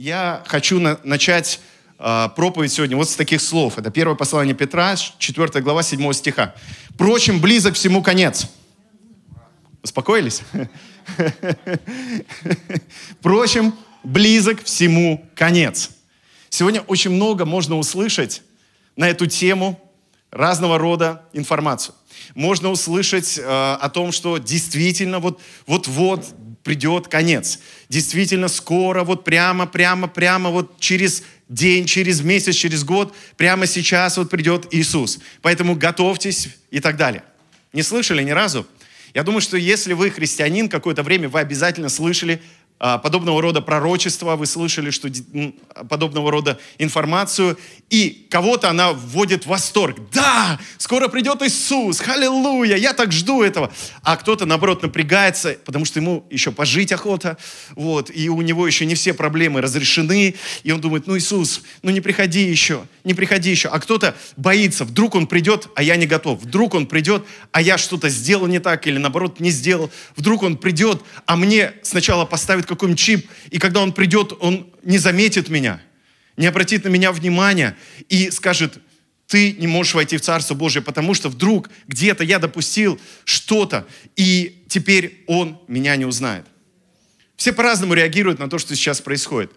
Я хочу начать проповедь сегодня вот с таких слов. Это первое послание Петра, 4 глава, 7 стиха. «Впрочем, близок всему конец». Успокоились? «Впрочем, близок всему конец». Сегодня очень много можно услышать на эту тему разного рода информацию. Можно услышать о том, что действительно вот-вот придет конец. Действительно скоро, вот прямо вот через день, через месяц, через год, прямо сейчас вот придет Иисус. Поэтому готовьтесь и так далее. Не слышали ни разу? Я думаю, что если вы христианин, какое-то время вы обязательно слышали подобного рода пророчества, вы слышали, что подобного рода информацию, и кого-то она вводит в восторг. Да, скоро придет Иисус, аллилуйя, я так жду этого. А кто-то, наоборот, напрягается, потому что ему еще пожить охота, и у него еще не все проблемы разрешены, и он думает, Иисус, не приходи еще. А кто-то боится, вдруг он придет, а я не готов. Вдруг он придет, а я что-то сделал не так, или наоборот, не сделал. Вдруг он придет, а мне сначала поставит какой-нибудь чип, и когда он придет, он не заметит меня, не обратит на меня внимания и скажет, ты не можешь войти в Царство Божие, потому что вдруг где-то я допустил что-то, и теперь он меня не узнает. Все по-разному реагируют на то, что сейчас происходит.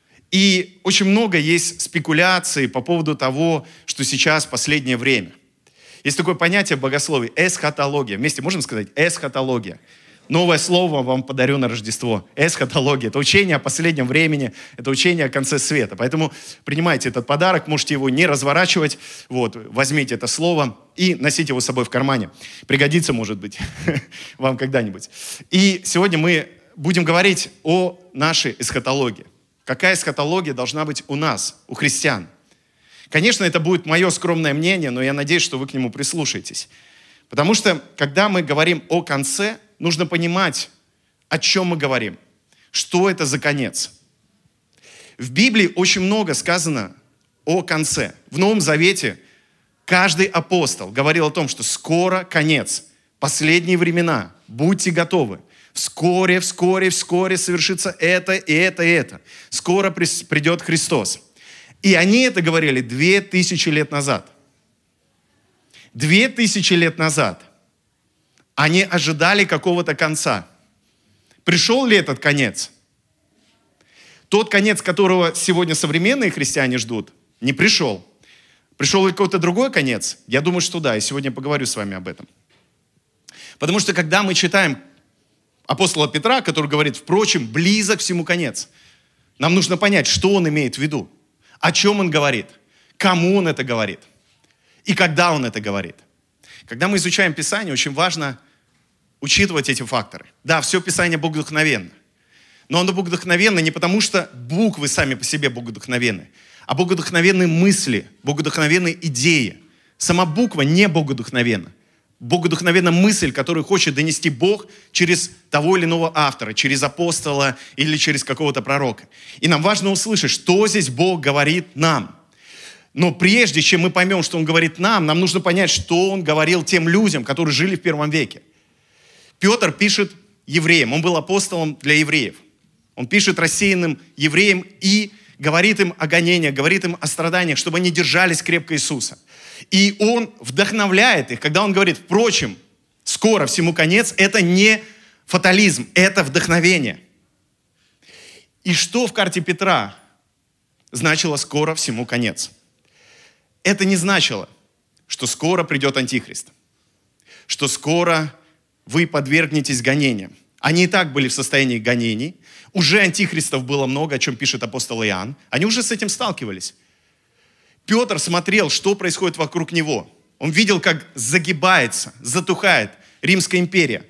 И очень много есть спекуляций по поводу того, что сейчас последнее время. Есть такое понятие в богословии – эсхатология. Вместе можем сказать эсхатология. Новое слово вам подарю на Рождество. Эсхатология. Это учение о последнем времени, это учение о конце света. Поэтому принимайте этот подарок, можете его не разворачивать. Возьмите это слово и носите его с собой в кармане. Пригодится, может быть, вам когда-нибудь. И сегодня мы будем говорить о нашей эсхатологии. Какая эсхатология должна быть у нас, у христиан? Конечно, это будет мое скромное мнение, но я надеюсь, что вы к нему прислушаетесь. Потому что, когда мы говорим о конце, нужно понимать, о чем мы говорим. Что это за конец? В Библии очень много сказано о конце. В Новом Завете каждый апостол говорил о том, что скоро конец, последние времена, будьте готовы. Вскоре совершится это и это и это. Скоро придет Христос. И они это говорили 2000 лет назад. 2000 лет назад. Они ожидали какого-то конца. Пришел ли этот конец? Тот конец, которого сегодня современные христиане ждут, не пришел. Пришел ли какой-то другой конец? Я думаю, что да, и сегодня поговорю с вами об этом. Потому что когда мы читаем апостола Петра, который говорит, впрочем, близок всему конец, нам нужно понять, что он имеет в виду, о чем он говорит, кому он это говорит и когда он это говорит. Когда мы изучаем Писание, очень важно учитывать эти факторы. Да, все Писание богодухновенно. Но оно богодухновенно не потому, что буквы сами по себе богодухновенны, а богодухновенные мысли, богодухновенные идеи. Сама буква не богодухновенна. Богодухновенна мысль, которую хочет донести Бог через того или иного автора, через апостола или через какого-то пророка. И нам важно услышать, что здесь Бог говорит нам. Но прежде чем мы поймем, что Он говорит нам нужно понять, что Он говорил тем людям, которые жили в первом веке. Петр пишет евреям, он был апостолом для евреев. Он пишет рассеянным евреям и говорит им о гонениях, говорит им о страданиях, чтобы они держались крепко Иисуса. И он вдохновляет их, когда он говорит, впрочем, скоро всему конец, это не фатализм, это вдохновение. И что в карте Петра значило скоро всему конец? Это не значило, что скоро придет Антихрист, что скоро вы подвергнетесь гонениям. Они и так были в состоянии гонений. Уже антихристов было много, о чем пишет апостол Иоанн. Они уже с этим сталкивались. Петр смотрел, что происходит вокруг него. Он видел, как загибается, затухает Римская империя.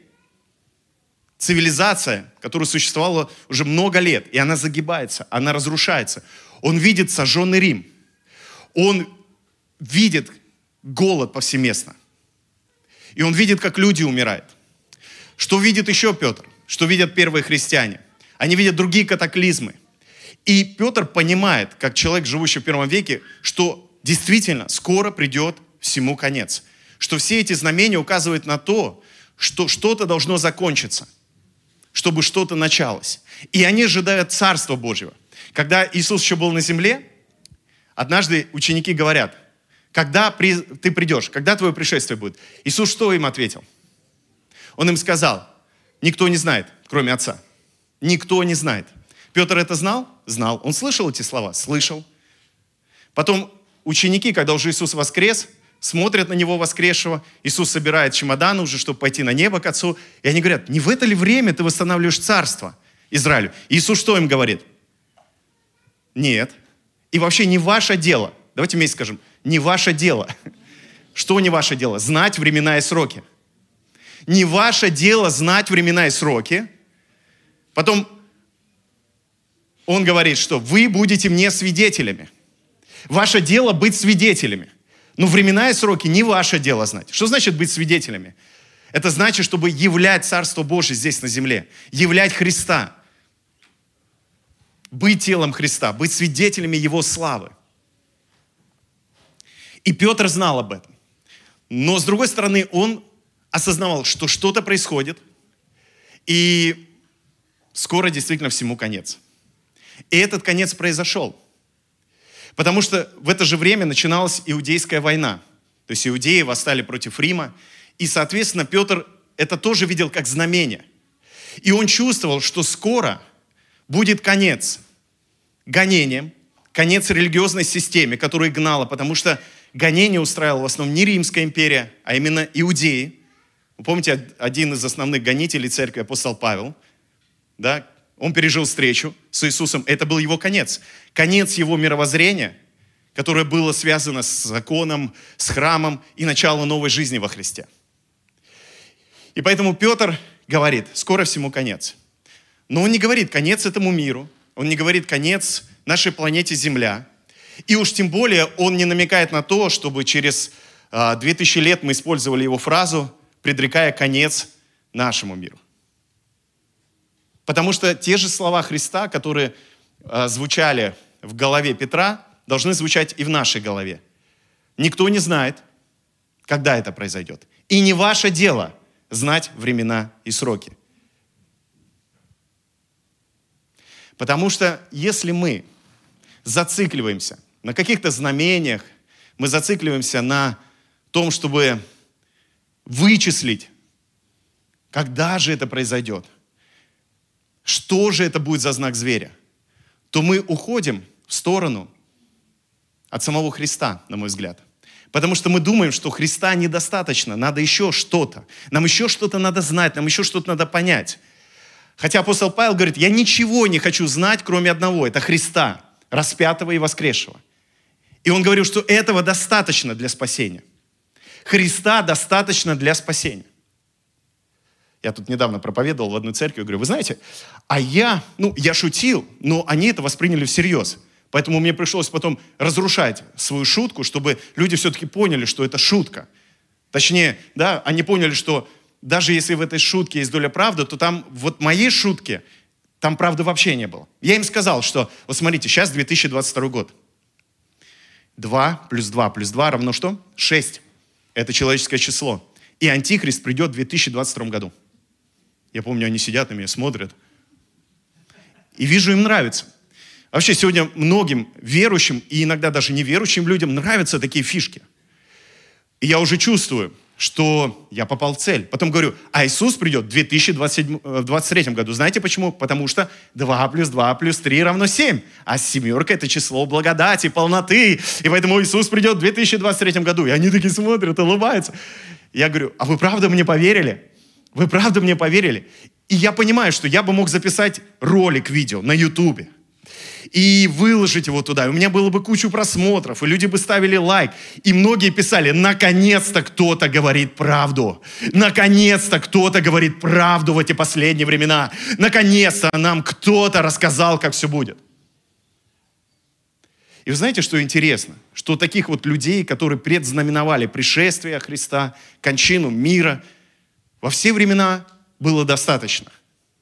Цивилизация, которая существовала уже много лет, и она загибается, она разрушается. Он видит сожженный Рим. Он видит голод повсеместно. И он видит, как люди умирают. Что видит еще Петр? Что видят первые христиане? Они видят другие катаклизмы. И Петр понимает, как человек, живущий в первом веке, что действительно скоро придет всему конец. Что все эти знамения указывают на то, что что-то должно закончиться, чтобы что-то началось. И они ожидают Царства Божьего. Когда Иисус еще был на земле, однажды ученики говорят, когда ты придешь, когда твое пришествие будет? Иисус что им ответил? Он им сказал, никто не знает, кроме Отца. Никто не знает. Петр это знал? Знал. Он слышал эти слова? Слышал. Потом ученики, когда уже Иисус воскрес, смотрят на Него воскресшего. Иисус собирает чемоданы уже, чтобы пойти на небо к Отцу. И они говорят, не в это ли время ты восстанавливаешь царство Израилю? И Иисус что им говорит? Нет. И вообще не ваше дело. Давайте вместе скажем, не ваше дело. Что не ваше дело? Знать времена и сроки. Не ваше дело знать времена и сроки. Потом он говорит, что вы будете мне свидетелями. Ваше дело быть свидетелями. Но времена и сроки не ваше дело знать. Что значит быть свидетелями? Это значит, чтобы являть Царство Божие здесь на земле. Являть Христа. Быть телом Христа. Быть свидетелями Его славы. И Петр знал об этом. Но с другой стороны, он осознавал, что что-то происходит. И скоро действительно всему конец. И этот конец произошел. Потому что в это же время начиналась Иудейская война. То есть иудеи восстали против Рима. И, соответственно, Петр это тоже видел как знамение. И он чувствовал, что скоро будет конец гонениям, конец религиозной системе, которая гнала, потому что гонение устраивала в основном не Римская империя, а именно иудеи. Вы помните, один из основных гонителей церкви, апостол Павел, да, он пережил встречу с Иисусом. Это был его конец. Конец его мировоззрения, которое было связано с законом, с храмом и начало новой жизни во Христе. И поэтому Петр говорит, скоро всему конец. Но он не говорит конец этому миру, он не говорит конец нашей планете Земля. И уж тем более он не намекает на то, чтобы через 2000 лет мы использовали его фразу, предрекая конец нашему миру. Потому что те же слова Христа, которые звучали в голове Петра, должны звучать и в нашей голове. Никто не знает, когда это произойдет. И не ваше дело знать времена и сроки. Потому что если мы зацикливаемся на каких-то знамениях, мы зацикливаемся на том, чтобы вычислить, когда же это произойдет, что же это будет за знак зверя, то мы уходим в сторону от самого Христа, на мой взгляд. Потому что мы думаем, что Христа недостаточно, надо еще что-то. Нам еще что-то надо знать, нам еще что-то надо понять. Хотя апостол Павел говорит, я ничего не хочу знать, кроме одного, это Христа, распятого и воскресшего. И он говорил, что этого достаточно для спасения. Христа достаточно для спасения. Я тут недавно проповедовал в одной церкви, говорю, вы знаете, я шутил, но они это восприняли всерьез. Поэтому мне пришлось потом разрушать свою шутку, чтобы люди все-таки поняли, что это шутка. Точнее, да, они поняли, что даже если в этой шутке есть доля правды, то там, вот в моей шутке, там правды вообще не было. Я им сказал, что, вот смотрите, сейчас 2022 год. 2 плюс 2 плюс 2 равно что? 6. Это человеческое число. И Антихрист придет в 2022 году. Я помню, они сидят на меня, смотрят. И вижу, им нравится. Вообще, сегодня многим верующим и иногда даже неверующим людям нравятся такие фишки. И я уже чувствую, что я попал в цель. Потом говорю, а Иисус придет в 2023 году. Знаете почему? Потому что 2 плюс 2 плюс 3 равно 7. А семерка – это число благодати, полноты. И поэтому Иисус придет в 2023 году. И они такие смотрят, улыбаются. Я говорю, а вы правда мне поверили? Вы правда мне поверили? И я понимаю, что я бы мог записать ролик, видео на Ютубе и выложить его туда. И у меня было бы кучу просмотров, и люди бы ставили лайк. И многие писали, наконец-то кто-то говорит правду. Наконец-то кто-то говорит правду в эти последние времена. Наконец-то нам кто-то рассказал, как все будет. И вы знаете, что интересно? Что таких вот людей, которые предзнаменовали пришествие Христа, кончину мира, во все времена было достаточно.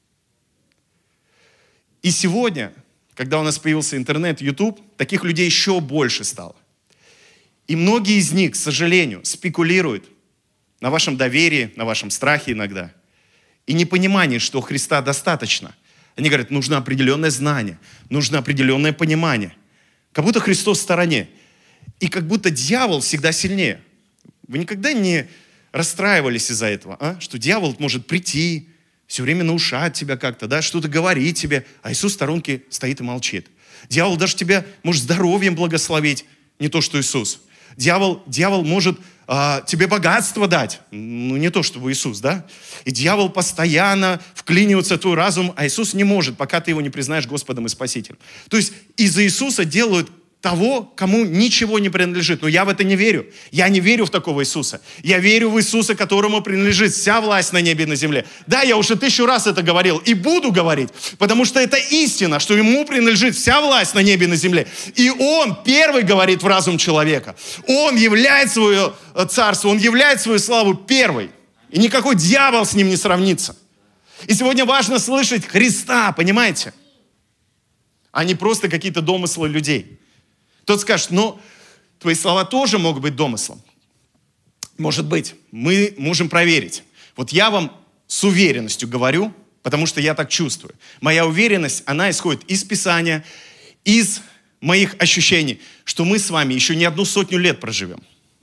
И сегодня, когда у нас появился интернет, YouTube, таких людей еще больше стало. И многие из них, к сожалению, спекулируют на вашем доверии, на вашем страхе иногда. И непонимании, что Христа достаточно. Они говорят, нужно определенное знание, нужно определенное понимание. Как будто Христос в стороне. И как будто дьявол всегда сильнее. Вы никогда не расстраивались из-за этого, а? Что дьявол может прийти, все время наушать тебя как-то, да, что-то говорить тебе, а Иисус в сторонке стоит и молчит. Дьявол даже тебя может здоровьем благословить, не то, что Иисус. Дьявол может тебе богатство дать, ну не то, чтобы Иисус, да? И дьявол постоянно вклинивается в твой разум, а Иисус не может, пока ты его не признаешь Господом и Спасителем. То есть из-за Иисуса делают того, кому ничего не принадлежит. Но я в это не верю. Я не верю в такого Иисуса. Я верю в Иисуса, которому принадлежит вся власть на небе и на земле. Да, я уже 1000 раз это говорил и буду говорить, потому что это истина, что ему принадлежит вся власть на небе и на земле. И он первый говорит в разум человека. Он являет свое царство, он являет свою славу первый. И никакой дьявол с ним не сравнится. И сегодня важно слышать Христа, понимаете? А не просто какие-то домыслы людей. Кто-то скажет, но твои слова тоже могут быть домыслом. Может быть, мы можем проверить. Вот я вам с уверенностью говорю, потому что я так чувствую. Моя уверенность, она исходит из Писания, из моих ощущений, что мы с вами еще не 100 лет проживем.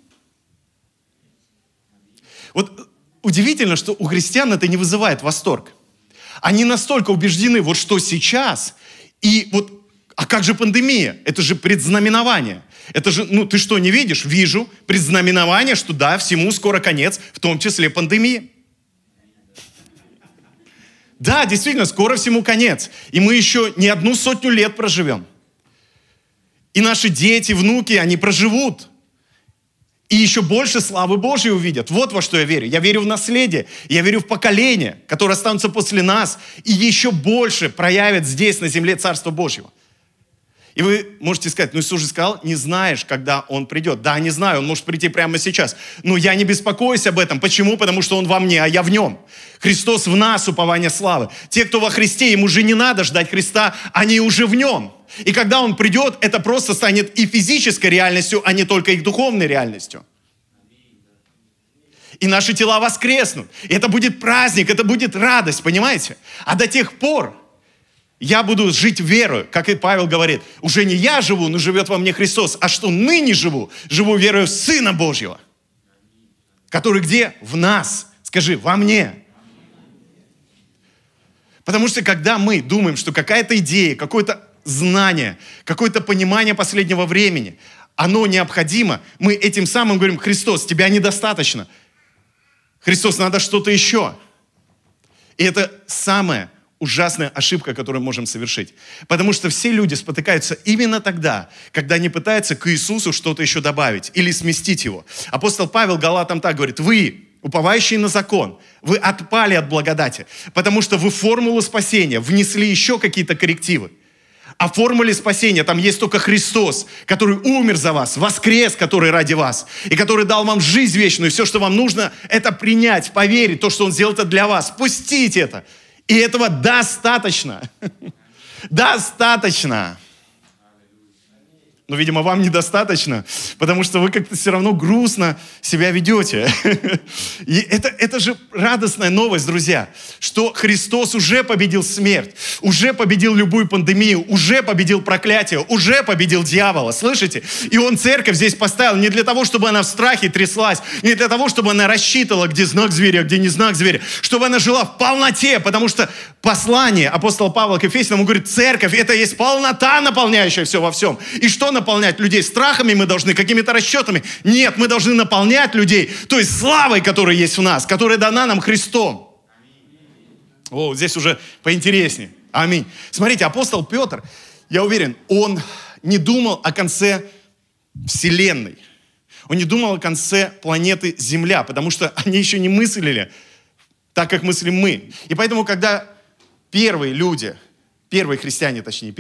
Вот удивительно, что у христиан это не вызывает восторг. Они настолько убеждены, вот что сейчас, и вот а как же пандемия? Это же предзнаменование. Это же, ты что, не видишь? Вижу предзнаменование, что да, всему скоро конец, в том числе пандемии. Да, действительно, скоро всему конец. И мы еще не 100 лет проживем. И наши дети, внуки, они проживут. И еще больше славы Божьей увидят. Вот во что я верю. Я верю в наследие. Я верю в поколение, которое останутся после нас. И еще больше проявят здесь, на земле, Царство Божьего. И вы можете сказать, Иисус же сказал, не знаешь, когда Он придет. Да, не знаю, Он может прийти прямо сейчас. Но я не беспокоюсь об этом. Почему? Потому что Он во мне, а я в Нем. Христос в нас, упование славы. Те, кто во Христе, им уже не надо ждать Христа, они уже в Нем. И когда Он придет, это просто станет и физической реальностью, а не только их духовной реальностью. И наши тела воскреснут. И это будет праздник, это будет радость, понимаете? А до тех пор я буду жить верою, как и Павел говорит. Уже не я живу, но живет во мне Христос. А что ныне живу? Живу верою в Сына Божьего. Который где? В нас. Скажи, во мне. Потому что когда мы думаем, что какая-то идея, какое-то знание, какое-то понимание последнего времени, оно необходимо, мы этим самым говорим, Христос, тебя недостаточно. Христос, надо что-то еще. И это самое ужасная ошибка, которую мы можем совершить. Потому что все люди спотыкаются именно тогда, когда они пытаются к Иисусу что-то еще добавить или сместить его. Апостол Павел Галатам так говорит, вы, уповающие на закон, вы отпали от благодати, потому что вы в формулу спасения внесли еще какие-то коррективы. А в формуле спасения там есть только Христос, который умер за вас, воскрес, который ради вас, и который дал вам жизнь вечную. И все, что вам нужно, это принять, поверить, то, что Он сделал это для вас, пустить это. И этого достаточно. Достаточно. Но, видимо, вам недостаточно, потому что вы как-то все равно грустно себя ведете. И это же радостная новость, друзья, что Христос уже победил смерть, уже победил любую пандемию, уже победил проклятие, уже победил дьявола, слышите? И Он церковь здесь поставил не для того, чтобы она в страхе тряслась, не для того, чтобы она рассчитывала, где знак зверя, где не знак зверя, чтобы она жила в полноте, потому что послание апостола Павла к Ефесянам, он говорит, церковь, это есть полнота, наполняющая все во всем. И что наполнять людей? Страхами мы должны, какими-то расчетами? Нет, мы должны наполнять людей той славой, которая есть в нас, которая дана нам Христом. О, здесь уже поинтереснее. Аминь. Смотрите, апостол Петр, я уверен, он не думал о конце Вселенной. Он не думал о конце планеты Земля, потому что они еще не мыслили так, как мыслим мы. И поэтому, когда первые христиане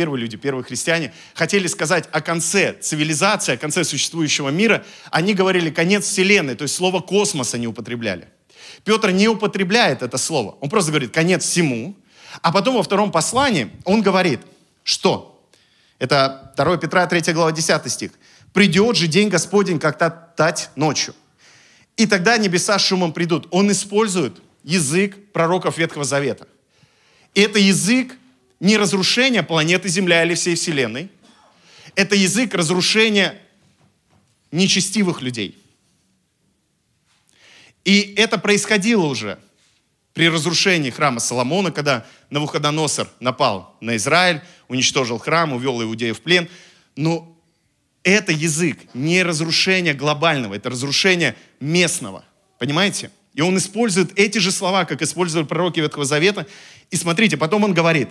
хотели сказать о конце цивилизации, о конце существующего мира, они говорили «конец Вселенной», то есть слово «космос» они употребляли. Петр не употребляет это слово, он просто говорит «конец всему», а потом во втором послании он говорит, что? Это 2 Петра, 3 глава, 10 стих. «Придет же день Господень, как тать ночью, и тогда небеса шумом придут». Он использует язык пророков Ветхого Завета. И это язык не разрушения планеты Земля или всей Вселенной. Это язык разрушения нечестивых людей. И это происходило уже при разрушении храма Соломона, когда Навуходоносор напал на Израиль, уничтожил храм, увел иудеев в плен. Но это язык не разрушения глобального, это разрушение местного. Понимаете? И он использует эти же слова, как использовали пророки Ветхого Завета. И смотрите, потом он говорит: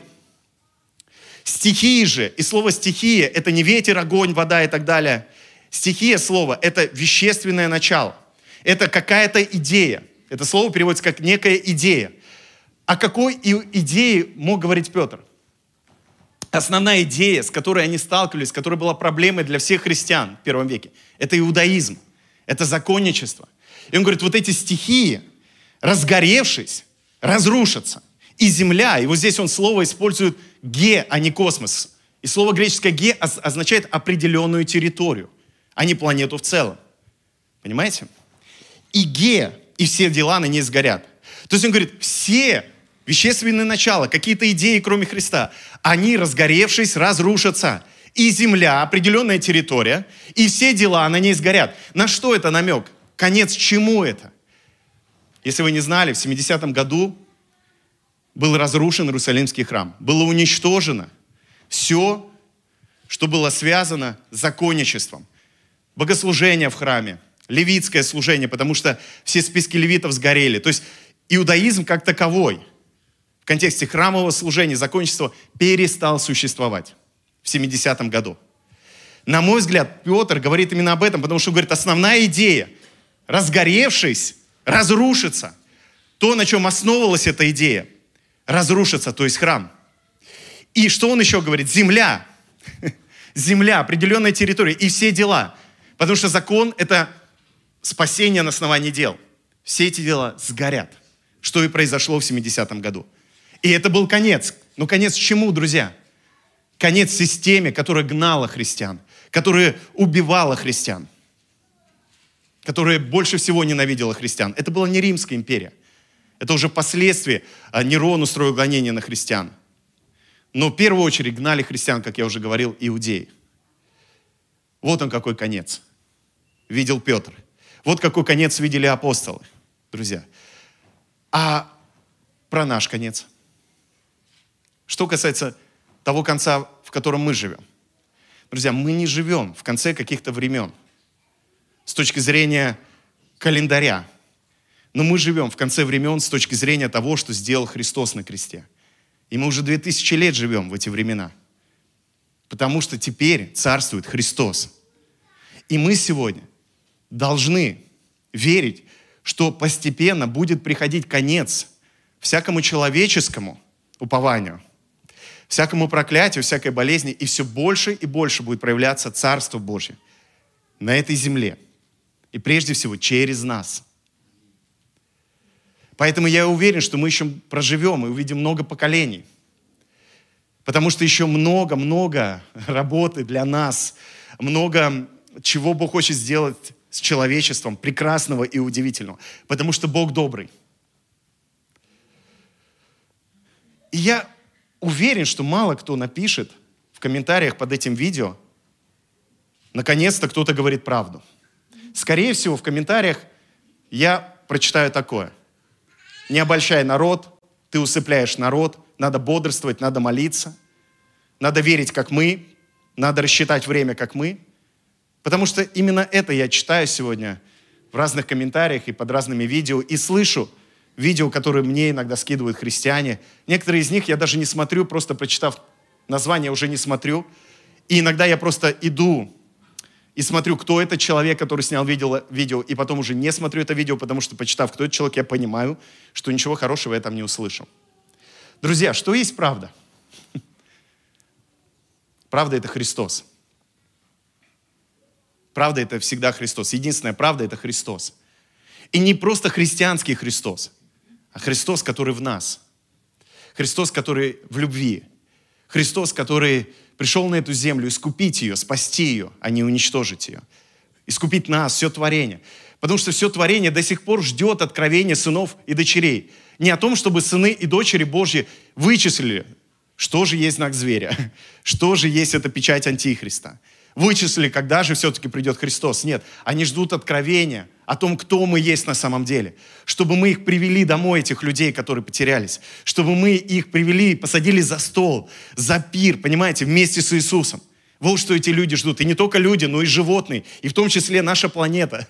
стихии же, и слово стихия — это не ветер, огонь, вода и так далее. Стихия слова — это вещественное начало. Это какая-то идея. Это слово переводится как некая идея. О какой идее мог говорить Петр? Основная идея, с которой они сталкивались, которая была проблемой для всех христиан в первом веке, это иудаизм, это законничество. И он говорит, вот эти стихии, разгоревшись, разрушатся. И земля, и вот здесь он слово использует «ге», а не «космос». И слово греческое «ге» означает определенную территорию, а не планету в целом. Понимаете? И «ге», и все дела на ней сгорят. То есть он говорит, все вещественные начала, какие-то идеи, кроме Христа, они, разгоревшись, разрушатся. И земля, определенная территория, и все дела на ней сгорят. На что это намек? Конец чему это? Если вы не знали, в 70-м году был разрушен Иерусалимский храм. Было уничтожено все, что было связано с законничеством. Богослужение в храме, левитское служение, потому что все списки левитов сгорели. То есть иудаизм как таковой в контексте храмового служения, законничества перестал существовать в 70-м году. На мой взгляд, Петр говорит именно об этом, потому что он говорит, основная идея, разгоревшись, разрушится. То, на чем основывалась эта идея, разрушится, то есть храм. И что он еще говорит? Земля. Земля, определенная территория и все дела. Потому что закон — это спасение на основании дел. Все эти дела сгорят. Что и произошло в 70-м году. И это был конец. Но конец чему, друзья? Конец системе, которая гнала христиан, которая убивала христиан, которая больше всего ненавидела христиан. Это была не Римская империя. Это уже впоследствии Нерон устроил гонение на христиан. Но в первую очередь гнали христиан, как я уже говорил, иудеи. Вот он какой конец видел Петр. Вот какой конец видели апостолы, друзья. А про наш конец? Что касается того конца, в котором мы живем. Друзья, мы не живем в конце каких-то времен с точки зрения календаря. Но мы живем в конце времен с точки зрения того, что сделал Христос на кресте. И мы уже 2000 лет живем в эти времена. Потому что теперь царствует Христос. И мы сегодня должны верить, что постепенно будет приходить конец всякому человеческому упованию, всякому проклятию, всякой болезни, и все больше и больше будет проявляться Царство Божье на этой земле. И прежде всего через нас. Поэтому я уверен, что мы еще проживем и увидим много поколений. Потому что еще много-много работы для нас, много чего Бог хочет сделать с человечеством, прекрасного и удивительного. Потому что Бог добрый. И я уверен, что мало кто напишет в комментариях под этим видео, наконец-то кто-то говорит правду. Скорее всего, в комментариях я прочитаю такое. Не обольщай народ, ты усыпляешь народ, надо бодрствовать, надо молиться, надо верить, как мы, надо рассчитать время, как мы. Потому что именно это я читаю сегодня в разных комментариях и под разными видео, и слышу видео, которые мне иногда скидывают христиане. Некоторые из них я даже не смотрю, просто прочитав название, уже не смотрю. И иногда я просто иду и смотрю, кто этот человек, который снял видео, и потом уже не смотрю это видео, потому что, почитав, кто этот человек, я понимаю, что ничего хорошего я там не услышал. Друзья, что есть правда? Правда — это Христос. Правда — это всегда Христос. Единственная правда — это Христос. И не просто христианский Христос, а Христос, который в нас. Христос, который в любви. Христос, который пришел на эту землю искупить ее, спасти ее, а не уничтожить ее. Искупить нас, все творение. Потому что все творение до сих пор ждет откровения сынов и дочерей. Не о том, чтобы сыны и дочери Божьи вычислили Что же есть знак зверя? Что же есть эта печать Антихриста? Вычислили, когда же все-таки придет Христос? Нет, они ждут откровения о том, кто мы есть на самом деле. Чтобы мы их привели домой, этих людей, которые потерялись. Чтобы мы их привели, посадили за стол, за пир, понимаете, вместе с Иисусом. Вот что эти люди ждут. И не только люди, но и животные. И в том числе наша планета.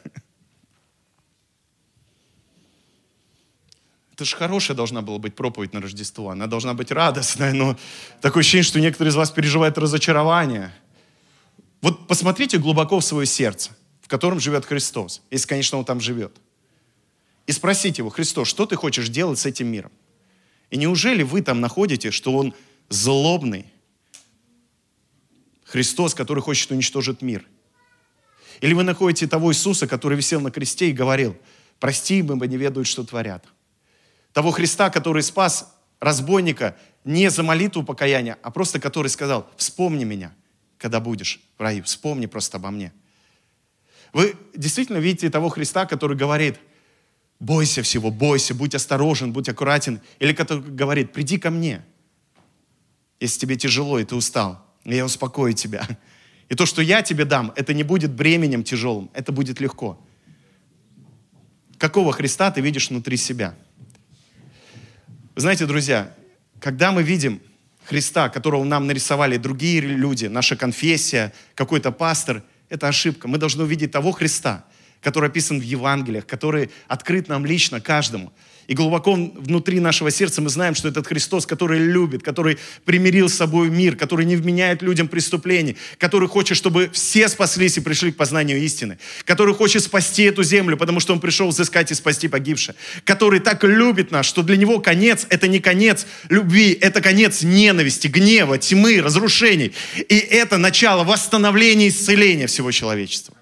Это же хорошая должна была быть проповедь на Рождество. Она должна быть радостная, но такое ощущение, что некоторые из вас переживают разочарование. Вот посмотрите глубоко в свое сердце, в котором живет Христос, если, конечно, Он там живет. И спросите Его: Христос, что Ты хочешь делать с этим миром? И неужели вы там находите, что Он злобный Христос, который хочет уничтожить мир? Или вы находите того Иисуса, который висел на кресте и говорил: прости им, ибо не ведают, что творят? Того Христа, который спас разбойника не за молитву покаяния, а просто который сказал: вспомни меня, когда будешь в раю, вспомни просто обо мне. Вы действительно видите того Христа, который говорит: бойся всего, бойся, будь осторожен, будь аккуратен. Или который говорит: приди ко мне, если тебе тяжело и ты устал, и я успокою тебя. И то, что я тебе дам, это не будет бременем тяжелым, это будет легко. Какого Христа ты видишь внутри себя? Вы знаете, друзья, когда мы видим Христа, которого нам нарисовали другие люди, наша конфессия, какой-то пастор, это ошибка. Мы должны увидеть того Христа, который описан в Евангелиях, который открыт нам лично, каждому. И глубоко внутри нашего сердца мы знаем, что этот Христос, который любит, который примирил с собой мир, который не вменяет людям преступлений, который хочет, чтобы все спаслись и пришли к познанию истины, который хочет спасти эту землю, потому что Он пришел взыскать и спасти погибших, который так любит нас, что для Него конец — это не конец любви, это конец ненависти, гнева, тьмы, разрушений. И это начало восстановления и исцеления всего человечества.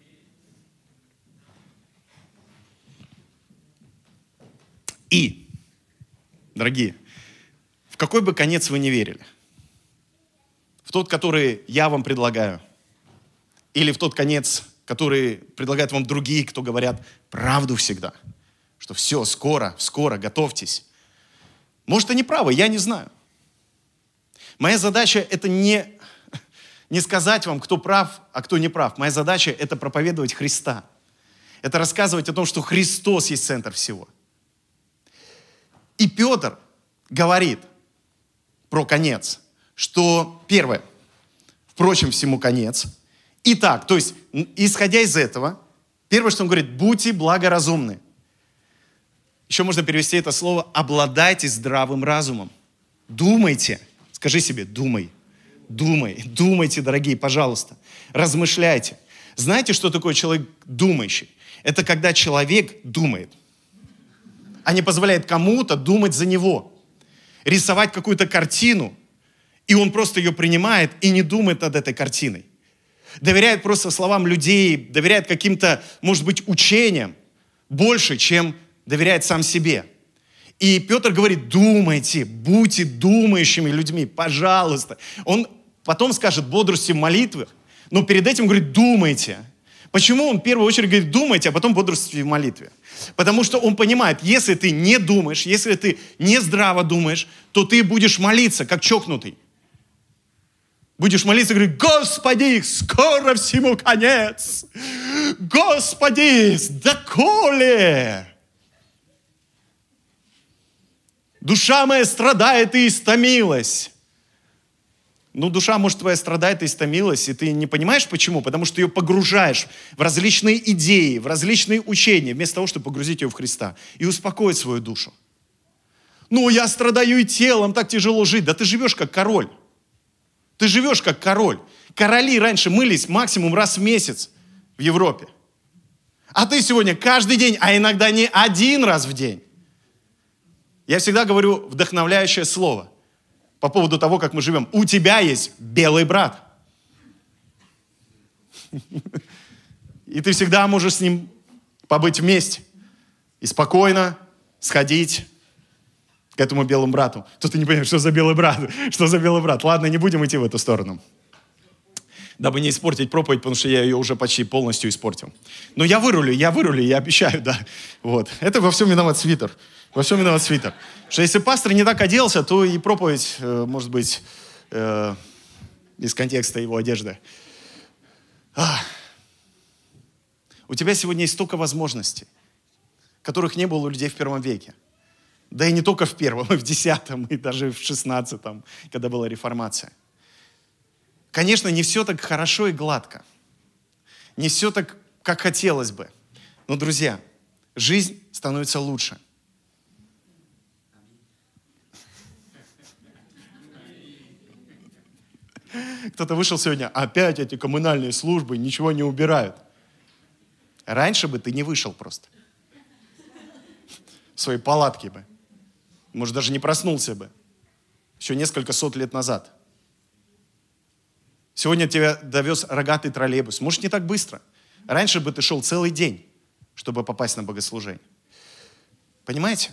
И, дорогие, в какой бы конец вы ни верили, в тот, который я вам предлагаю, или в тот конец, который предлагают вам другие, кто говорят правду всегда, что все, скоро, готовьтесь. Может, они правы, я не знаю. Моя задача — это не сказать вам, кто прав, а кто не прав. Моя задача — это проповедовать Христа. Это рассказывать о том, что Христос есть центр всего. И Петр говорит про конец, что первое, впрочем, всему конец. Итак, то есть, исходя из этого, первое, что он говорит: будьте благоразумны. Еще можно перевести это слово: обладайте здравым разумом. Думайте. Скажи себе: думай. Думайте, дорогие, пожалуйста. Размышляйте. Знаете, что такое человек думающий? Это когда человек думает, а не позволяет кому-то думать за него. Рисовать какую-то картину, и он просто ее принимает и не думает над этой картиной. Доверяет просто словам людей, доверяет каким-то, может быть, учениям больше, чем доверяет сам себе. И Петр говорит: думайте, будьте думающими людьми, пожалуйста. Он потом скажет: бодрствуйте в молитвах, но перед этим говорит: думайте. Почему он в первую очередь говорит: думайте, а потом бодрствуйте в молитве? Потому что он понимает, если ты не думаешь, если ты не здраво думаешь, то ты будешь молиться, как чокнутый. Будешь молиться и говорить: Господи, скоро всему конец! Господи, доколе? Душа моя страдает и истомилась. Ну, душа, может, твоя страдает и истомилась, и ты не понимаешь, почему? Потому что ты ее погружаешь в различные идеи, в различные учения, вместо того, чтобы погрузить ее в Христа и успокоить свою душу. Ну, я страдаю и телом, так тяжело жить. Да ты живешь как король. Ты живешь как король. Короли раньше мылись максимум раз в месяц в Европе. А ты сегодня каждый день, а иногда не один раз в день. Я всегда говорю вдохновляющее слово по поводу того, как мы живем. У тебя есть белый брат. И ты всегда можешь с ним побыть вместе. И спокойно сходить к этому белому брату. Тут ты не понимаешь, что за белый брат? Что за белый брат? Ладно, не будем идти в эту сторону. дабы не испортить проповедь, потому что я ее уже почти полностью испортил. Но я вырулю, я обещаю, да. Вот. Это во всем виноват свитер. Во всем виноват свитер. Что если пастор не так оделся, то и проповедь, может быть, из контекста его одежды. У тебя сегодня есть столько возможностей, которых не было у людей в первом веке. Да и не только в первом, и в 10-м, и даже в 16-м, когда была реформация. Конечно, не все так хорошо и гладко. Не все так, как хотелось бы. Но, друзья, жизнь становится лучше. Кто-то вышел сегодня, опять эти коммунальные службы ничего не убирают. Раньше бы ты не вышел просто. В своей палатке бы. Может, даже не проснулся бы. Еще несколько сот лет назад. Сегодня тебя довез рогатый троллейбус. Может, не так быстро. Раньше бы ты шел целый день, чтобы попасть на богослужение. Понимаете?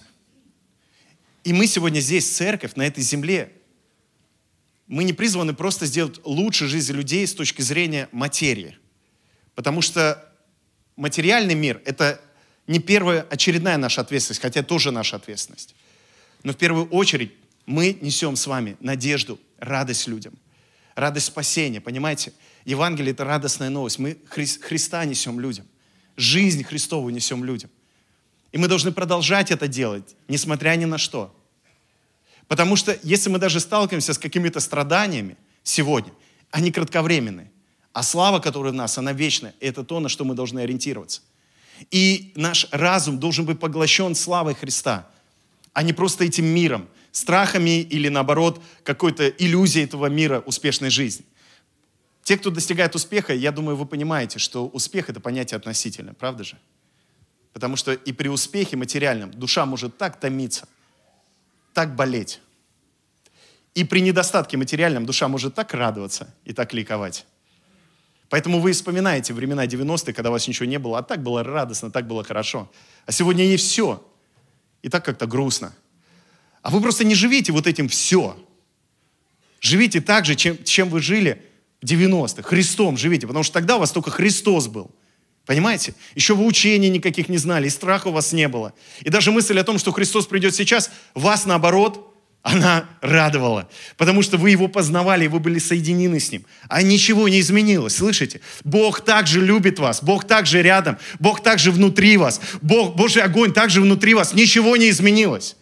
И мы сегодня здесь, церковь, на этой земле, мы не призваны просто сделать лучше жизнь людей с точки зрения материи. Потому что материальный мир – это не первая очередная наша ответственность, хотя тоже наша ответственность. Но в первую очередь мы несем с вами надежду, радость людям. Радость спасения, понимаете? Евангелие – это радостная новость. Мы Христа несем людям. Жизнь Христову несем людям. И мы должны продолжать это делать, несмотря ни на что. Потому что если мы даже сталкиваемся с какими-то страданиями сегодня, они кратковременные. А слава, которая в нас, она вечная. И это то, на что мы должны ориентироваться. И наш разум должен быть поглощен славой Христа, а не просто этим миром, страхами или, наоборот, какой-то иллюзией этого мира успешной жизни. Те, кто достигает успеха, я думаю, вы понимаете, что успех – это понятие относительное, правда же? Потому что и при успехе материальном душа может так томиться, так болеть. И при недостатке материальном душа может так радоваться и так ликовать. Поэтому вы вспоминаете времена 90-х, когда у вас ничего не было, а так было радостно, так было хорошо. А сегодня есть все. И так как-то грустно. А вы просто не живите вот этим все. Живите так же, чем вы жили в 90-х. Христом живите, потому что тогда у вас только Христос был. Понимаете? Еще вы учений никаких не знали, и страха у вас не было. И даже мысль о том, что Христос придет сейчас, вас, наоборот, она радовала. Потому что вы Его познавали, и вы были соединены с Ним. А ничего не изменилось, слышите? Бог также любит вас, Бог также рядом, Бог также внутри вас, Божий огонь также внутри вас. Ничего не изменилось.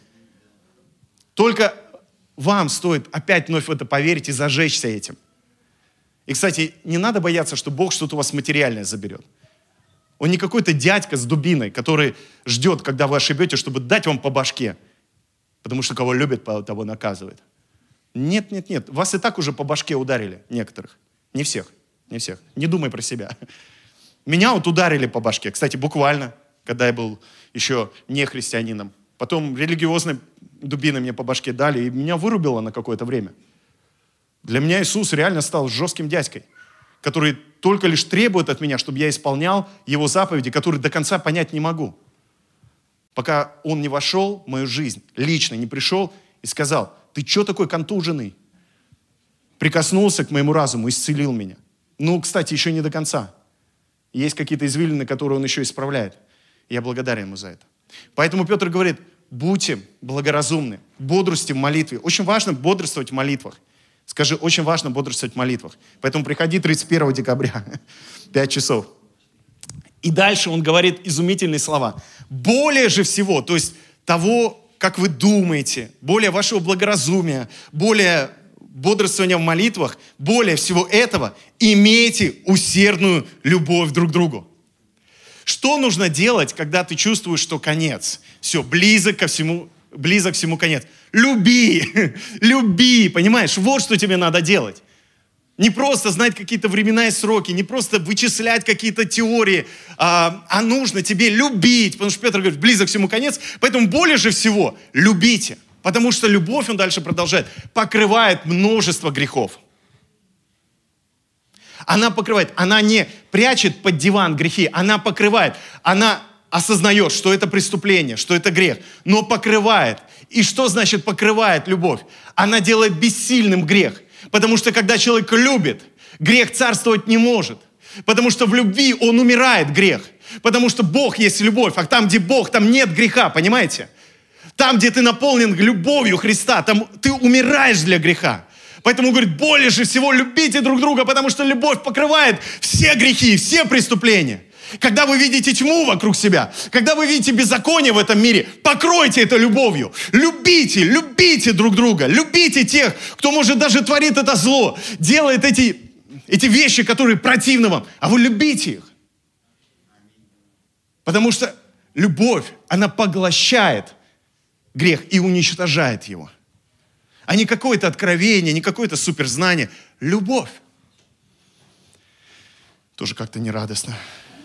Только вам стоит опять вновь в это поверить и зажечься этим. И, кстати, не надо бояться, что Бог что-то у вас материальное заберет. Он не какой-то дядька с дубиной, который ждет, когда вы ошибетесь, чтобы дать вам по башке. Потому что кого любит, того наказывает. Нет. Вас и так уже по башке ударили некоторых. Не всех. Не думай про себя. Меня вот ударили по башке. Кстати, буквально, когда я был еще не христианином. Потом религиозной дубиной мне по башке дали, и меня вырубило на какое-то время. Для меня Иисус реально стал жестким дядькой, который только лишь требует от меня, чтобы я исполнял Его заповеди, которые до конца понять не могу. Пока Он не вошел в мою жизнь, лично не пришел и сказал: ты что такой контуженный? Прикоснулся к моему разуму, исцелил меня. Ну, кстати, еще не до конца. Есть какие-то извилины, которые Он еще исправляет. Я благодарен Ему за это. Поэтому Петр говорит: будьте благоразумны, бодрствуйте в молитве. Очень важно бодрствовать в молитвах. Скажи, очень важно бодрствовать в молитвах. Поэтому приходи 31 декабря, 5 часов. И дальше он говорит изумительные слова. Более же всего, то есть того, как вы думаете, более вашего благоразумия, более бодрствования в молитвах, более всего этого, имейте усердную любовь друг к другу. Что нужно делать, когда ты чувствуешь, что конец? Все, близок к всему конец. Люби, понимаешь? Вот что тебе надо делать. Не просто знать какие-то времена и сроки, не просто вычислять какие-то теории, а нужно тебе любить. Потому что Петр говорит, близок к всему конец, поэтому более же всего любите. Потому что любовь, он дальше продолжает, покрывает множество грехов. Она покрывает, она не прячет под диван грехи, она покрывает, она осознает, что это преступление, что это грех, но покрывает. И что значит покрывает любовь? Она делает бессильным грех. Потому что когда человек любит, грех царствовать не может. Потому что в любви он умирает, грех. Потому что Бог есть любовь. А там, где Бог, там нет греха, понимаете? Там, где ты наполнен любовью Христа, там ты умираешь для греха. Поэтому он говорит, более же всего любите друг друга, потому что любовь покрывает все грехи, все преступления. Когда вы видите тьму вокруг себя, когда вы видите беззаконие в этом мире, покройте это любовью. Любите, любите друг друга, любите тех, кто, может, даже творит это зло, делает эти вещи, которые противны вам, а вы любите их. Потому что любовь, она поглощает грех и уничтожает его. А не какое-то откровение, не какое-то суперзнание. Любовь. Тоже как-то нерадостно.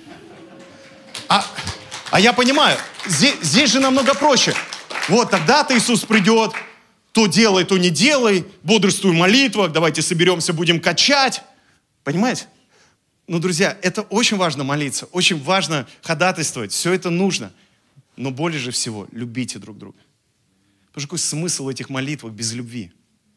А я понимаю, здесь же намного проще. Вот тогда-то Иисус придет, то делай, то не делай, бодрствуй в молитвах, давайте соберемся, будем качать. Понимаете? Ну, друзья, это очень важно молиться, очень важно ходатайствовать, все это нужно. Но более же всего любите друг друга. Потому что какой смысл в этих молитвах без любви?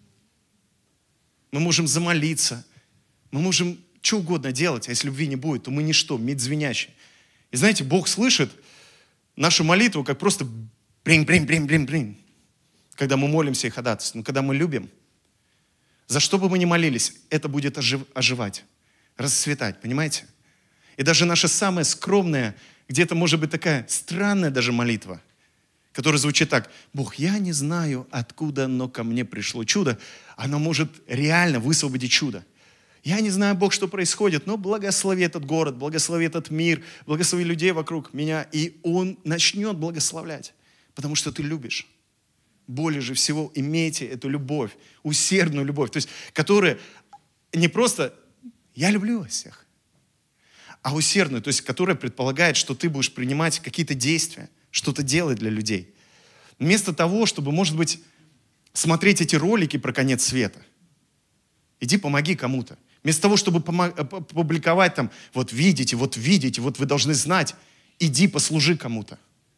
Мы можем замолиться, мы можем что угодно делать, а если любви не будет, то мы ничто, медь звенящий. И знаете, Бог слышит нашу молитву, как просто брин, когда мы молимся и ходатайствуем. Но когда мы любим, за что бы мы ни молились, это будет оживать, расцветать, понимаете? И даже наша самая скромная, где-то может быть такая странная даже молитва, которая звучит так: Бог, я не знаю, откуда оно ко мне пришло чудо, оно может реально высвободить чудо. Я не знаю, Бог, что происходит, но благослови этот город, благослови этот мир, благослови людей вокруг меня, и Он начнет благословлять, потому что ты любишь. Более же всего имейте эту любовь, усердную любовь, то есть, которая не просто «я люблю вас всех», а усердную, то есть, которая предполагает, что ты будешь принимать какие-то действия, что-то делать для людей. Вместо того, чтобы, может быть, смотреть эти ролики про конец света, иди помоги кому-то. Вместо того, чтобы публиковать там, вот видите, вот вы должны знать, иди послужи кому-то.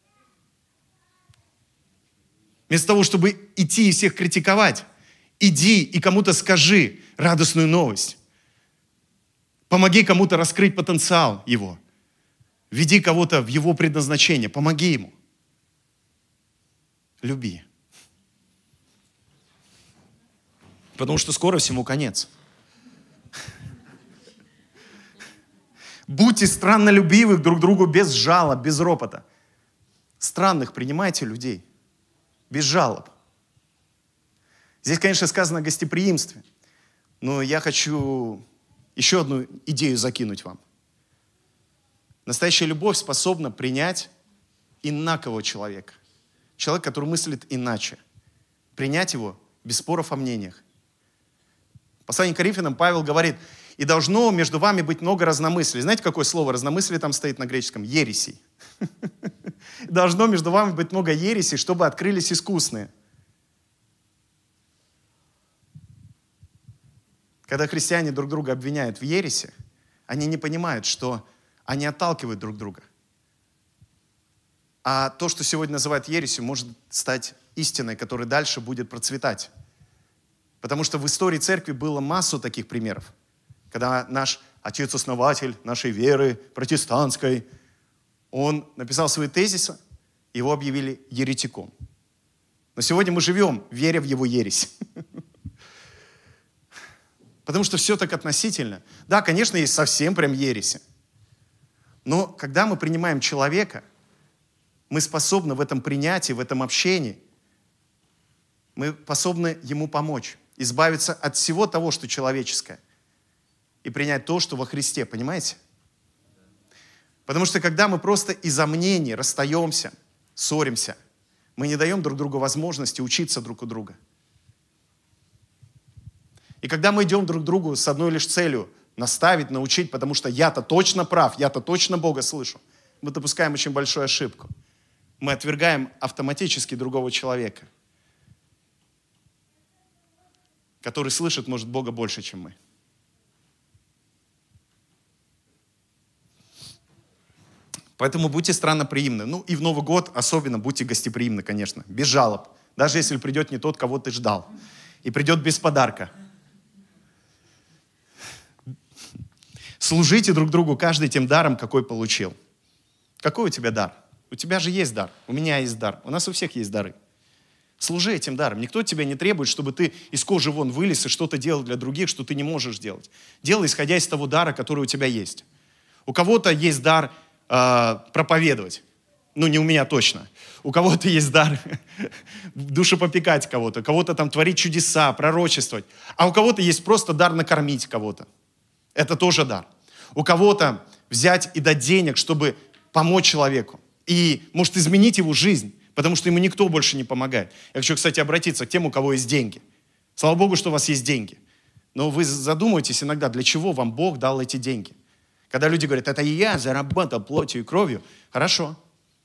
Вместо того, чтобы идти и всех критиковать, иди и кому-то скажи радостную новость. Помоги кому-то раскрыть потенциал его. Веди кого-то в его предназначение, помоги ему. Люби. Потому что скоро всему конец. Будьте страннолюбивы друг к другу без жалоб, без ропота. Странных принимайте людей. Без жалоб. Здесь, конечно, сказано о гостеприимстве. Но я хочу еще одну идею закинуть вам. Настоящая любовь способна принять инакого человека. Человек, который мыслит иначе. Принять его без споров о мнениях. В послании к Коринфянам Павел говорит: и должно между вами быть много разномыслий. Знаете, какое слово разномыслие там стоит на греческом? Ересей. Должно между вами быть много ересей, чтобы открылись искусные. Когда христиане друг друга обвиняют в ересе, они не понимают, что они отталкивают друг друга. А то, что сегодня называют ересью, может стать истиной, которая дальше будет процветать. Потому что в истории церкви было массу таких примеров. Когда наш отец-основатель нашей веры протестантской, он написал свои тезисы, его объявили еретиком. Но сегодня мы живем, веря в его ересь. Потому что все так относительно. Да, конечно, есть совсем прям ереси. Но когда мы принимаем человека, мы способны в этом принятии, в этом общении, мы способны ему помочь, избавиться от всего того, что человеческое, и принять то, что во Христе, понимаете? Потому что когда мы просто из-за мнений расстаемся, ссоримся, мы не даем друг другу возможности учиться друг у друга. И когда мы идем друг к другу с одной лишь целью наставить, научить, потому что я-то точно прав, я-то точно Бога слышу, мы допускаем очень большую ошибку. Мы отвергаем автоматически другого человека, который слышит, может, Бога больше, чем мы. Поэтому будьте странноприимны. Ну и в Новый год особенно будьте гостеприимны, конечно, без жалоб. Даже если придет не тот, кого ты ждал. И придет без подарка. Служите друг другу каждый тем даром, какой получил. Какой у тебя дар? У тебя же есть дар, у меня есть дар, у нас у всех есть дары. Служи этим даром. Никто от тебя не требует, чтобы ты из кожи вон вылез и что-то делал для других, что ты не можешь делать. Делай, исходя из того дара, который у тебя есть. У кого-то есть дар проповедовать. Ну, не у меня точно. У кого-то есть дар душепопекать кого-то, кого-то там творить чудеса, пророчествовать. А у кого-то есть просто дар накормить кого-то. Это тоже дар. У кого-то взять и дать денег, чтобы помочь человеку. И, может, изменить его жизнь, потому что ему никто больше не помогает. Я хочу, кстати, обратиться к тем, у кого есть деньги. Слава Богу, что у вас есть деньги. Но вы задумайтесь иногда, для чего вам Бог дал эти деньги. Когда люди говорят, это я заработал плотью и кровью. Хорошо.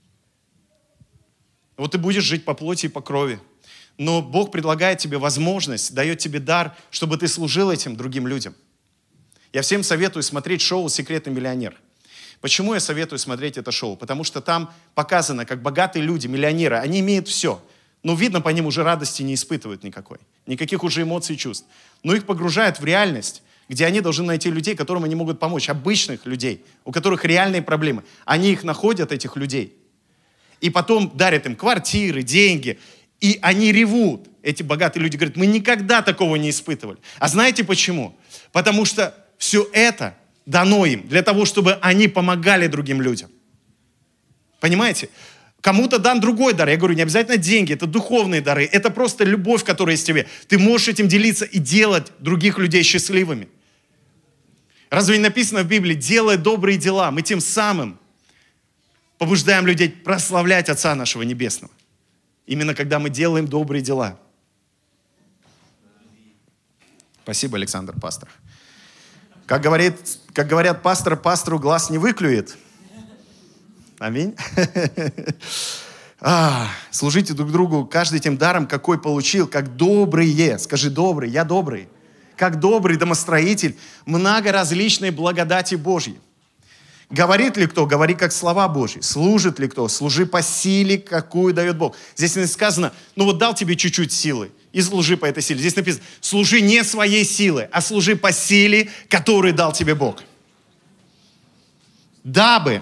Вот ты будешь жить по плоти и по крови. Но Бог предлагает тебе возможность, дает тебе дар, чтобы ты служил этим другим людям. Я всем советую смотреть шоу «Секретный миллионер». Почему я советую смотреть это шоу? Потому что там показано, как богатые люди, миллионеры, они имеют все. Но видно, по ним уже радости не испытывают никакой. Никаких уже эмоций и чувств. Но их погружают в реальность, где они должны найти людей, которым они могут помочь. Обычных людей, у которых реальные проблемы. Они их находят, этих людей. И потом дарят им квартиры, деньги. И они ревут. Эти богатые люди говорят, мы никогда такого не испытывали. А знаете почему? Потому что все это дано им для того, чтобы они помогали другим людям. Понимаете? Кому-то дан другой дар. Я говорю, не обязательно деньги, это духовные дары. Это просто любовь, которая есть в тебе. Ты можешь этим делиться и делать других людей счастливыми. Разве не написано в Библии, делая добрые дела, мы тем самым побуждаем людей прославлять Отца нашего Небесного. Именно когда мы делаем добрые дела. Спасибо, Александр, пастор. Как говорят, пастору глаз не выклюет. Аминь. Служите друг другу каждый тем даром, какой получил, как добрые. Скажи, добрый, я добрый. Как добрый домостроитель, много различной благодати Божьей. Говорит ли кто? Говори как слова Божьи. Служит ли кто? Служи по силе, какую дает Бог. Здесь не сказано, ну вот дал тебе чуть-чуть силы, и служи по этой силе. Здесь написано, служи не своей силой, а служи по силе, которую дал тебе Бог. Дабы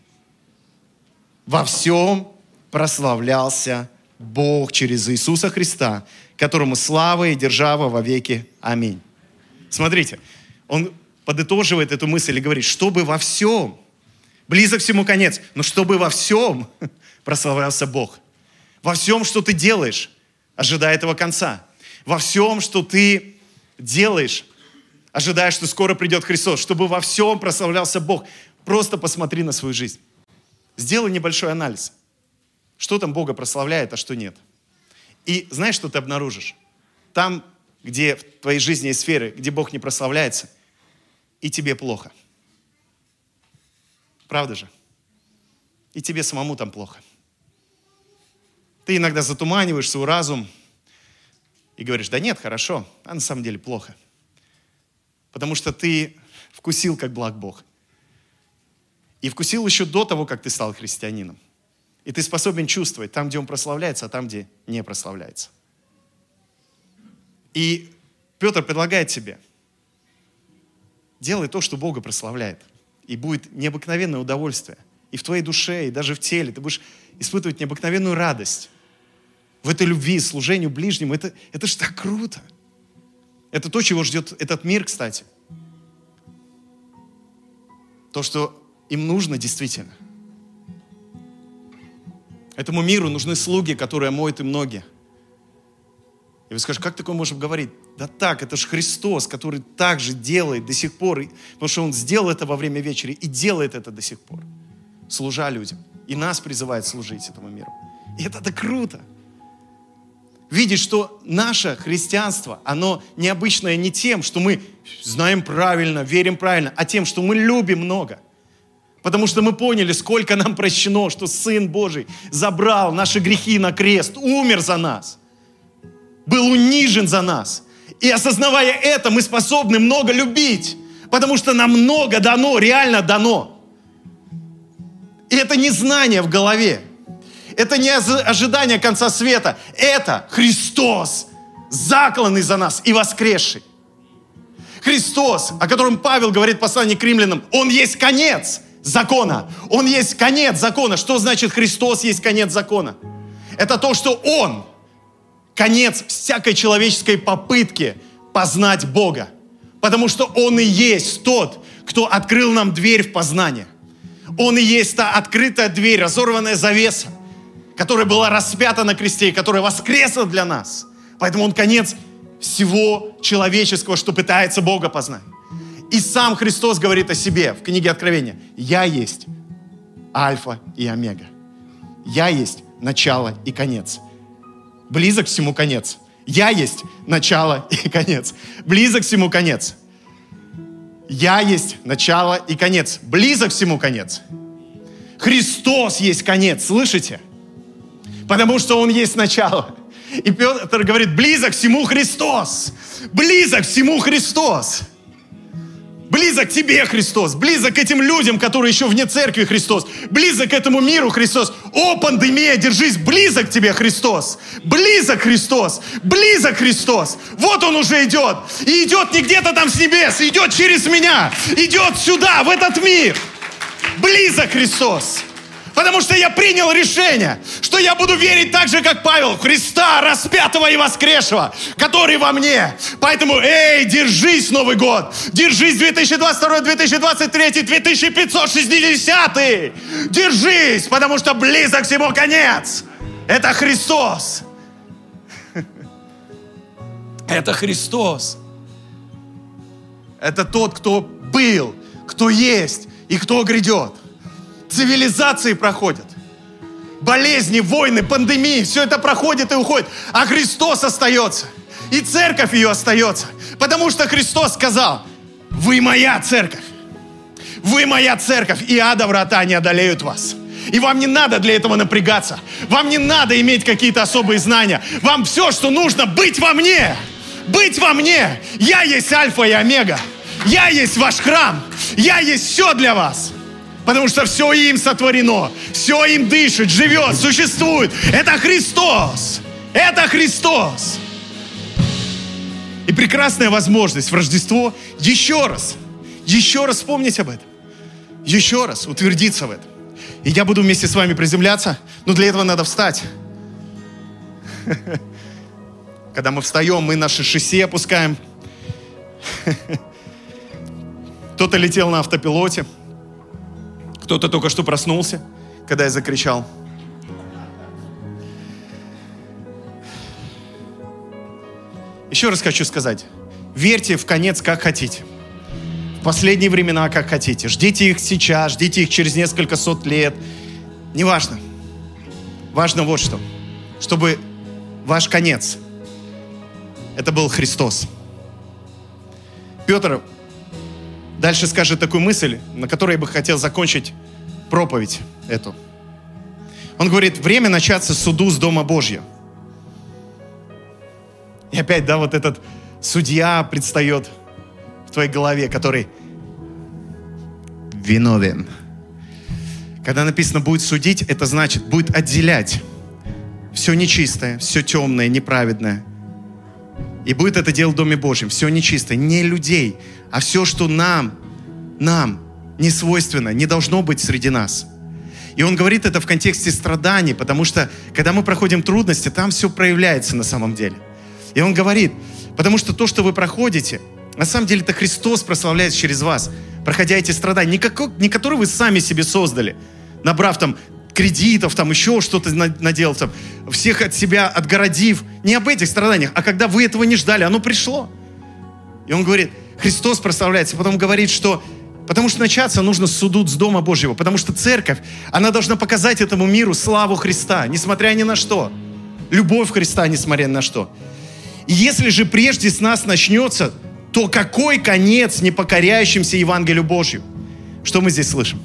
во всем прославлялся Бог через Иисуса Христа, которому слава и держава во веки. Аминь. Смотрите, он подытоживает эту мысль и говорит, чтобы во всем, близок всему конец, но чтобы во всем прославлялся Бог. Во всем, что ты делаешь, ожидая этого конца. Во всем, что ты делаешь, ожидая, что скоро придет Христос. Чтобы во всем прославлялся Бог. Просто посмотри на свою жизнь. Сделай небольшой анализ. Что там Бога прославляет, а что нет. И знаешь, что ты обнаружишь? Там, где в твоей жизни есть сферы, где Бог не прославляется, и тебе плохо. Правда же? И тебе самому там плохо. Ты иногда затуманиваешь свой разум и говоришь, да нет, хорошо, а на самом деле плохо. Потому что ты вкусил, как благ Бог. И вкусил еще до того, как ты стал христианином. И ты способен чувствовать там, где Он прославляется, а там, где не прославляется. И Петр предлагает тебе, делай то, что Бога прославляет. И будет необыкновенное удовольствие. И в твоей душе, и даже в теле. Ты будешь испытывать необыкновенную радость. В этой любви, служению ближнему. Это же так круто. Это то, чего ждет этот мир, кстати. То, что им нужно действительно. Этому миру нужны слуги, которые омоют им ноги. И вы скажете, как такое можем говорить? Да так, это же Христос, который так же делает до сих пор, потому что Он сделал это во время вечери и делает это до сих пор, служа людям. И нас призывает служить этому миру. И это так круто. Видеть, что наше христианство, оно необычное не тем, что мы знаем правильно, верим правильно, а тем, что мы любим много. Потому что мы поняли, сколько нам прощено, что Сын Божий забрал наши грехи на крест, умер за нас, был унижен за нас. И осознавая это, мы способны много любить, потому что нам много дано, реально дано. И это не знание в голове, это не ожидание конца света, это Христос, закланный за нас и воскресший. Христос, о котором Павел говорит в послании к римлянам, Он есть конец закона. Он есть конец закона. Что значит Христос есть конец закона? Это то, что Он конец всякой человеческой попытки познать Бога. Потому что Он и есть тот, кто открыл нам дверь в познание. Он и есть та открытая дверь, разорванная завеса, которая была распята на кресте, и которая воскресла для нас. Поэтому Он конец всего человеческого, что пытается Бога познать. И сам Христос говорит о себе в книге Откровения. Я есть Альфа и Омега. Я есть начало и конец. Близок всему конец. Я есть начало и конец. Близок всему конец. Я есть начало и конец. Близок всему конец. Христос есть конец, слышите? Потому что Он есть начало. И Петр говорит, близок всему Христос. Близок всему Христос. Близок тебе Христос. Близок к этим людям, которые еще вне церкви Христос. Близок к этому миру Христос. О, пандемия, держись. Близок к тебе Христос. Близок Христос. Близок Христос. Вот Он уже идет. И идет не где-то там с небес. Идет через меня. Идет сюда, в этот мир. Близок Христос. Потому что я принял решение, что я буду верить так же, как Павел, в Христа, распятого и воскресшего, который во мне. Поэтому, держись, Новый год. Держись, 2022, 2023, 2560. Держись, потому что близок всему конец. Это Христос. Это Христос. Это тот, кто был, кто есть и кто грядет. Цивилизации проходят. Болезни, войны, пандемии. Все это проходит и уходит. А Христос остается. И церковь ее остается. Потому что Христос сказал, вы моя церковь. Вы моя церковь. И ада врата не одолеют вас. И вам не надо для этого напрягаться. Вам не надо иметь какие-то особые знания. Вам все, что нужно, быть во мне. Быть во мне. Я есть Альфа и Омега. Я есть ваш храм. Я есть все для вас. Потому что все им сотворено, все им дышит, живет, существует. Это Христос. Это Христос. И прекрасная возможность в Рождество еще раз вспомнить об этом. Еще раз утвердиться в этом. И я буду вместе с вами приземляться, но для этого надо встать. Когда мы встаем, мы наши шасси опускаем. Кто-то летел на автопилоте. Кто-то только что проснулся, когда я закричал. Еще раз хочу сказать. Верьте в конец, как хотите. В последние времена, как хотите. Ждите их сейчас, ждите их через несколько сот лет. Неважно. Важно вот что. Чтобы ваш конец, это был Христос. Петр дальше скажет такую мысль, на которой я бы хотел закончить проповедь эту. Он говорит, время начаться суду с Дома Божьего. И опять, вот этот судья предстает в твоей голове, который виновен. Когда написано «будет судить», это значит, будет отделять все нечистое, все темное, неправедное. И будет это дело в Доме Божьем. Все нечистое, не людей, а все, что нам не свойственно, не должно быть среди нас. И он говорит это в контексте страданий, потому что, когда мы проходим трудности, там все проявляется на самом деле. И он говорит, потому что то, что вы проходите, на самом деле это Христос прославляется через вас, проходя эти страдания, не которые вы сами себе создали, набрав там кредитов, там еще что-то наделав, там, всех от себя отгородив. Не об этих страданиях, а когда вы этого не ждали, оно пришло. И он говорит, Христос прославляется, потом говорит, что потому что начаться нужно с суду с Дома Божьего, потому что церковь, она должна показать этому миру славу Христа, несмотря ни на что. Любовь Христа, несмотря ни на что. И если же прежде с нас начнется, то какой конец непокоряющимся Евангелию Божью? Что мы здесь слышим?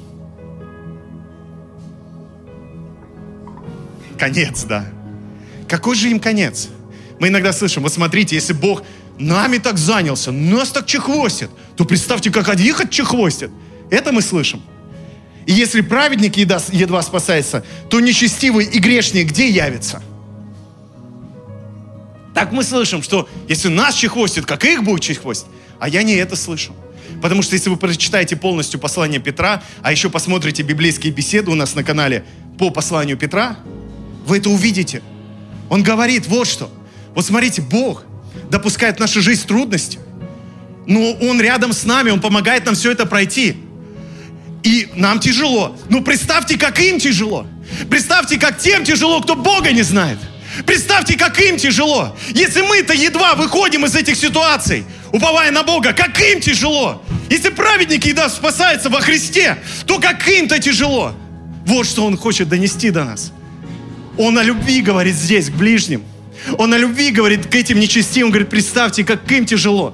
Конец, да. Какой же им конец? Мы иногда слышим, вот смотрите, если Бог нами так занялся, нас так чехвостит, то представьте, как их отчехвостит. Это мы слышим. И если праведник едва спасается, то нечестивый и грешник где явится? Так мы слышим, что если нас чехвостит, как их будет чехвостить? А я не это слышу. Потому что если вы прочитаете полностью послание Петра, а еще посмотрите библейские беседы у нас на канале по посланию Петра, вы это увидите. Он говорит вот что. Вот смотрите, Бог допускает в нашу жизнь трудности, но Он рядом с нами, Он помогает нам все это пройти. И нам тяжело. Ну представьте, как им тяжело. Представьте, как тем тяжело, кто Бога не знает. Представьте, как им тяжело. Если мы-то едва выходим из этих ситуаций, уповая на Бога, как им тяжело. Если праведники едва спасаются во Христе, то как им-то тяжело. Вот что Он хочет донести до нас. Он о любви говорит здесь, к ближним. Он о любви говорит к этим нечестивым. Он говорит, представьте, как им тяжело.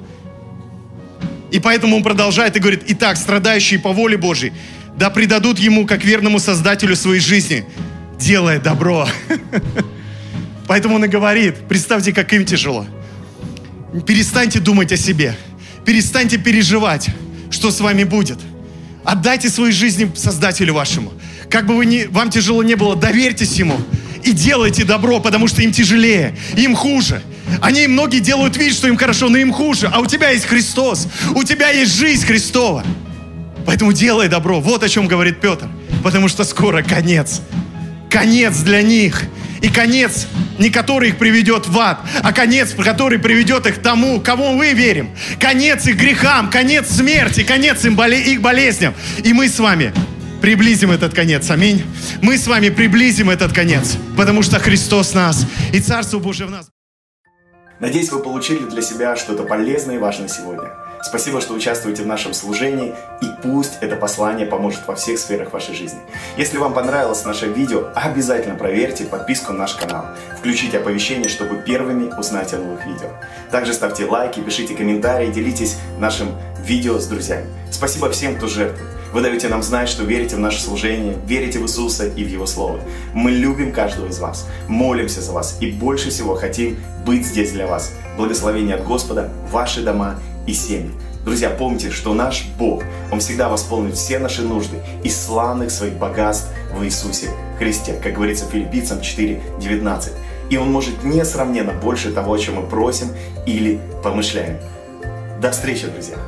И поэтому Он продолжает и говорит, итак, страдающие по воле Божьей, да предадут Ему, как верному Создателю своей жизни, делая добро. Поэтому Он и говорит, представьте, как им тяжело. Перестаньте думать о себе. Перестаньте переживать, что с вами будет. Отдайте свои жизни Создателю вашему. Как бы вам тяжело не было, доверьтесь Ему и делайте добро, потому что им тяжелее, им хуже. Они многие делают вид, что им хорошо, но им хуже. А у тебя есть Христос, у тебя есть жизнь Христова. Поэтому делай добро. Вот о чем говорит Петр. Потому что скоро конец. Конец для них. И конец, не который их приведет в ад, а конец, который приведет их к тому, кому мы верим. Конец их грехам, конец смерти, конец их болезням. И мы с вами приблизим этот конец. Аминь. Мы с вами приблизим этот конец, потому что Христос нас и Царство Божие в нас. Надеюсь, вы получили для себя что-то полезное и важное сегодня. Спасибо, что участвуете в нашем служении, и пусть это послание поможет во всех сферах вашей жизни. Если вам понравилось наше видео, обязательно проверьте подписку на наш канал. Включите оповещения, чтобы первыми узнать о новых видео. Также ставьте лайки, пишите комментарии, делитесь нашим видео с друзьями. Спасибо всем, кто жертвует. Вы даете нам знать, что верите в наше служение, верите в Иисуса и в Его Слово. Мы любим каждого из вас, молимся за вас и больше всего хотим быть здесь для вас. Благословение от Господа, ваши дома и семьи. Друзья, помните, что наш Бог, Он всегда восполнит все наши нужды из славных своих богатств в Иисусе Христе, как говорится в Филиппийцам 4:19. И Он может несравненно больше того, о чем мы просим или помышляем. До встречи, друзья!